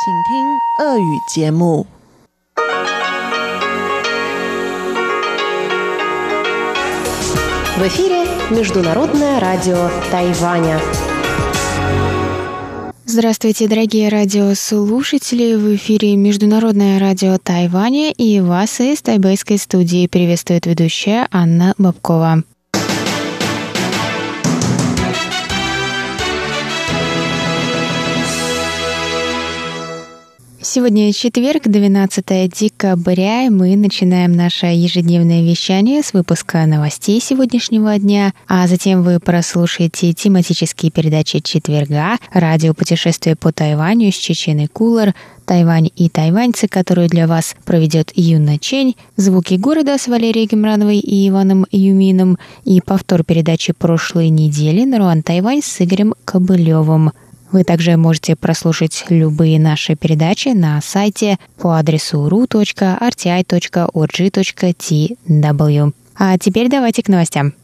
请听俄语节目。 В эфире Международное радио Тайваня. Здравствуйте, дорогие радиослушатели! В эфире Международное радио Тайваня, и вас из тайбэйской студии приветствует ведущая Анна Бабкова. Сегодня четверг, 12 декабря, и мы начинаем наше ежедневное вещание с выпуска новостей сегодняшнего дня, а затем вы прослушаете тематические передачи четверга, радиопутешествие по Тайваню с Чеченой Кулар, «Тайвань и тайваньцы», которую для вас проведет Юна Чень, «Звуки города» с Валерией Гемрановой и Иваном Юмином и повтор передачи прошлой недели «Наруан Тайвань» с Игорем Кобылевым. Вы также можете прослушать любые наши передачи на сайте по адресу ru.rti.org.tw. А теперь давайте к новостям.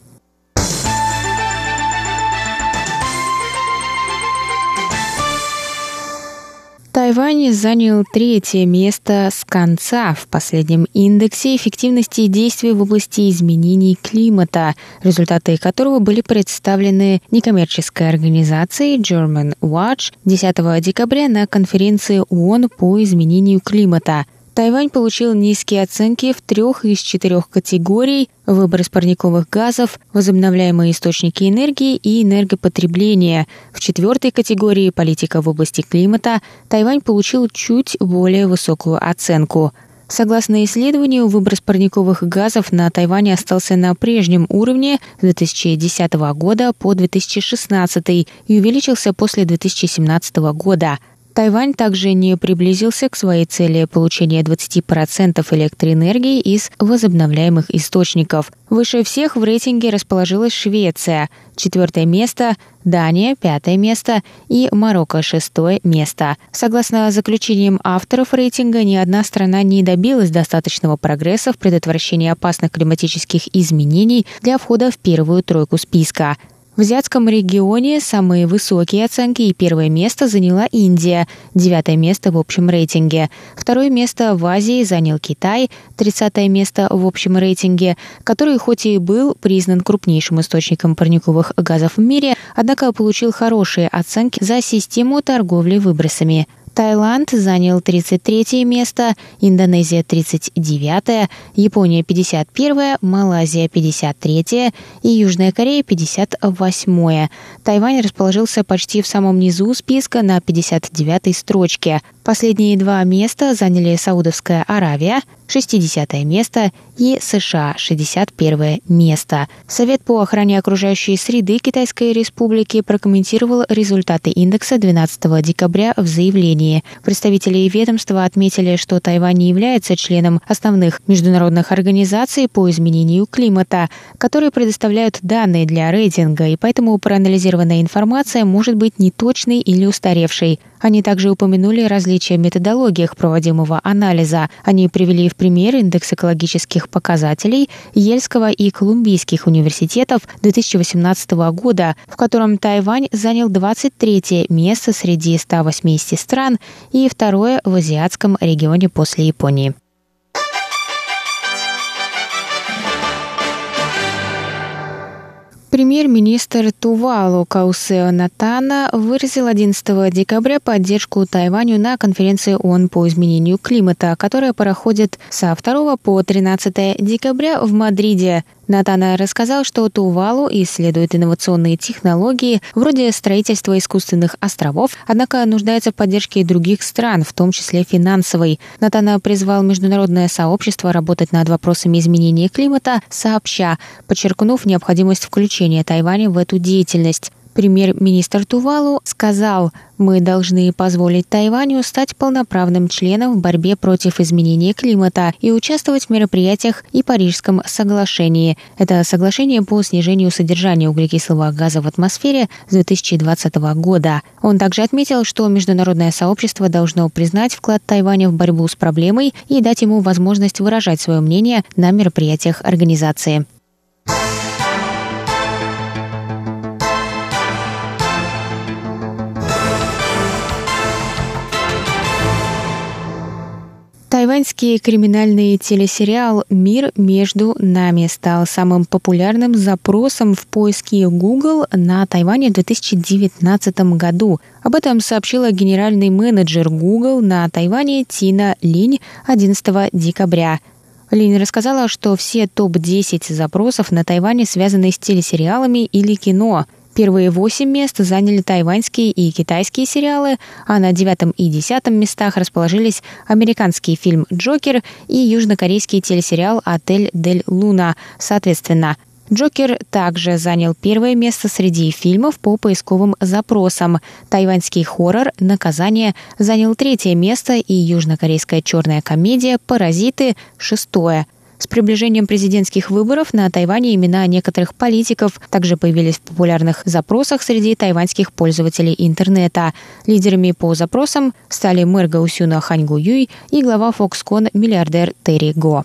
Тайвань занял 3-е место с конца в последнем индексе эффективности действий в области изменений климата, результаты которого были представлены некоммерческой организацией German Watch 10 декабря на конференции ООН по изменению климата. Тайвань получил низкие оценки в 3 из 4 категорий: выброс парниковых газов, возобновляемые источники энергии и энергопотребление. В 4-й категории «Политика в области климата» Тайвань получил чуть более высокую оценку. Согласно исследованию, выброс парниковых газов на Тайване остался на прежнем уровне с 2010 года по 2016 и увеличился после 2017 года. Тайвань также не приблизился к своей цели получения 20% электроэнергии из возобновляемых источников. Выше всех в рейтинге расположилась Швеция, 4-е место, Дания, 5-е место и Марокко, 6-е место. Согласно заключениям авторов рейтинга, ни одна страна не добилась достаточного прогресса в предотвращении опасных климатических изменений для входа в первую тройку списка. В азиатском регионе самые высокие оценки и 1-е место заняла Индия, 9-е место в общем рейтинге. 2-е место в Азии занял Китай, 30-е место в общем рейтинге, который хоть и был признан крупнейшим источником парниковых газов в мире, однако получил хорошие оценки за систему торговли выбросами. Таиланд занял 33-е место, Индонезия 39-е, Япония 51-е, Малайзия 53-е и Южная Корея 58-е. Тайвань расположился почти в самом низу списка на 59-й строчке. Последние 2 места заняли Саудовская Аравия, 60-е место, и США, 61-е место. Совет по охране окружающей среды Китайской Республики прокомментировал результаты индекса 12 декабря в заявлении. Представители ведомства отметили, что Тайвань не является членом основных международных организаций по изменению климата, которые предоставляют данные для рейтинга, и поэтому проанализированная информация может быть неточной или устаревшей. Они также упомянули различия в методологиях проводимого анализа. Они привели в пример индекс экологических показателей Ельского и Колумбийских университетов 2018 года, в котором Тайвань занял 23-е место среди 180 стран и 2-е в азиатском регионе после Японии. Премьер-министр Тувалу Каусео Натана выразил 11 декабря поддержку Тайваню на конференции ООН по изменению климата, которая проходит со 2 по 13 декабря в Мадриде. Натана рассказал, что Тувалу исследует инновационные технологии вроде строительства искусственных островов, однако нуждается в поддержке и других стран, в том числе финансовой. Натана призвал международное сообщество работать над вопросами изменения климата сообща, подчеркнув необходимость включения Тайваня в эту деятельность. Премьер-министр Тувалу сказал: «Мы должны позволить Тайваню стать полноправным членом в борьбе против изменения климата и участвовать в мероприятиях и Парижском соглашении». Это соглашение по снижению содержания углекислого газа в атмосфере с 2020 года. Он также отметил, что международное сообщество должно признать вклад Тайваня в борьбу с проблемой и дать ему возможность выражать свое мнение на мероприятиях организации. Тайваньский криминальный телесериал «Мир между нами» стал самым популярным запросом в поиске Google на Тайване в 2019 году. Об этом сообщила генеральный менеджер Google на Тайване Тина Линь 11 декабря. Линь рассказала, что все топ-10 запросов на Тайване связаны с телесериалами или кино. Первые 8 мест заняли тайваньские и китайские сериалы, а на 9 и 10 местах расположились американский фильм «Джокер» и южнокорейский телесериал «Отель Дель Луна», соответственно. «Джокер» также занял первое место среди фильмов по поисковым запросам. Тайваньский хоррор «Наказание» занял 3 место и южнокорейская черная комедия «Паразиты» – 6-е. С приближением президентских выборов на Тайване имена некоторых политиков также появились в популярных запросах среди тайваньских пользователей интернета. Лидерами по запросам стали мэр Гаусюна Хань Гу-юй и глава Foxconn миллиардер Терри Го.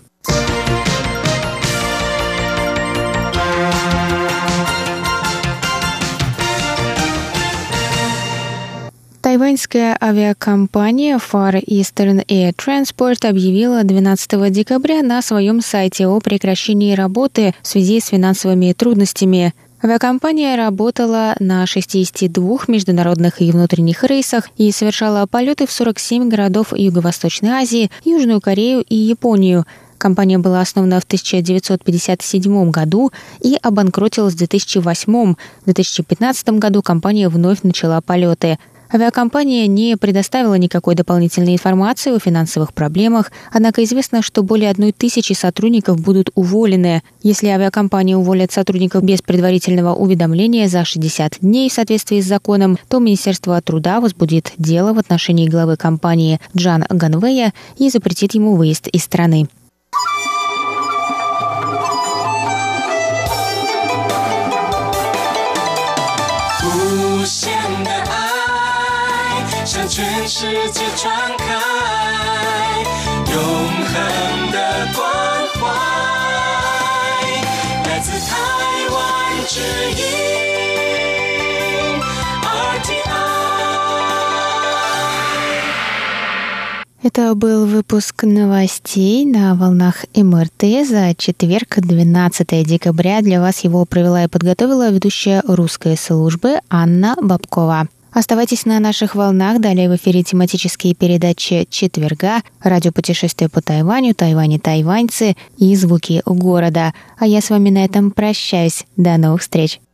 Тайваньская авиакомпания Far Eastern Air Transport объявила 12 декабря на своем сайте о прекращении работы в связи с финансовыми трудностями. Авиакомпания работала на 62 международных и внутренних рейсах и совершала полеты в 47 городов Юго-Восточной Азии, Южную Корею и Японию. Компания была основана в 1957 году и обанкротилась в 2008. В 2015 году компания вновь начала полеты. Авиакомпания не предоставила никакой дополнительной информации о финансовых проблемах, однако известно, что более 1000 сотрудников будут уволены. Если авиакомпания уволит сотрудников без предварительного уведомления за 60 дней в соответствии с законом, то Министерство труда возбудит дело в отношении главы компании Джан Ганвея и запретит ему выезд из страны. 向全世界传开，永恒的关怀，来自台湾之音 RTI。 Это был выпуск новостей на волнах МРТ за четверг, 12 декабря. Для вас его провела и подготовила ведущая русской службы Анна Бабкова. Оставайтесь на наших волнах. Далее в эфире тематические передачи четверга, радиопутешествие по Тайваню, Тайвань и тайваньцы и звуки города. А я с вами на этом прощаюсь. До новых встреч.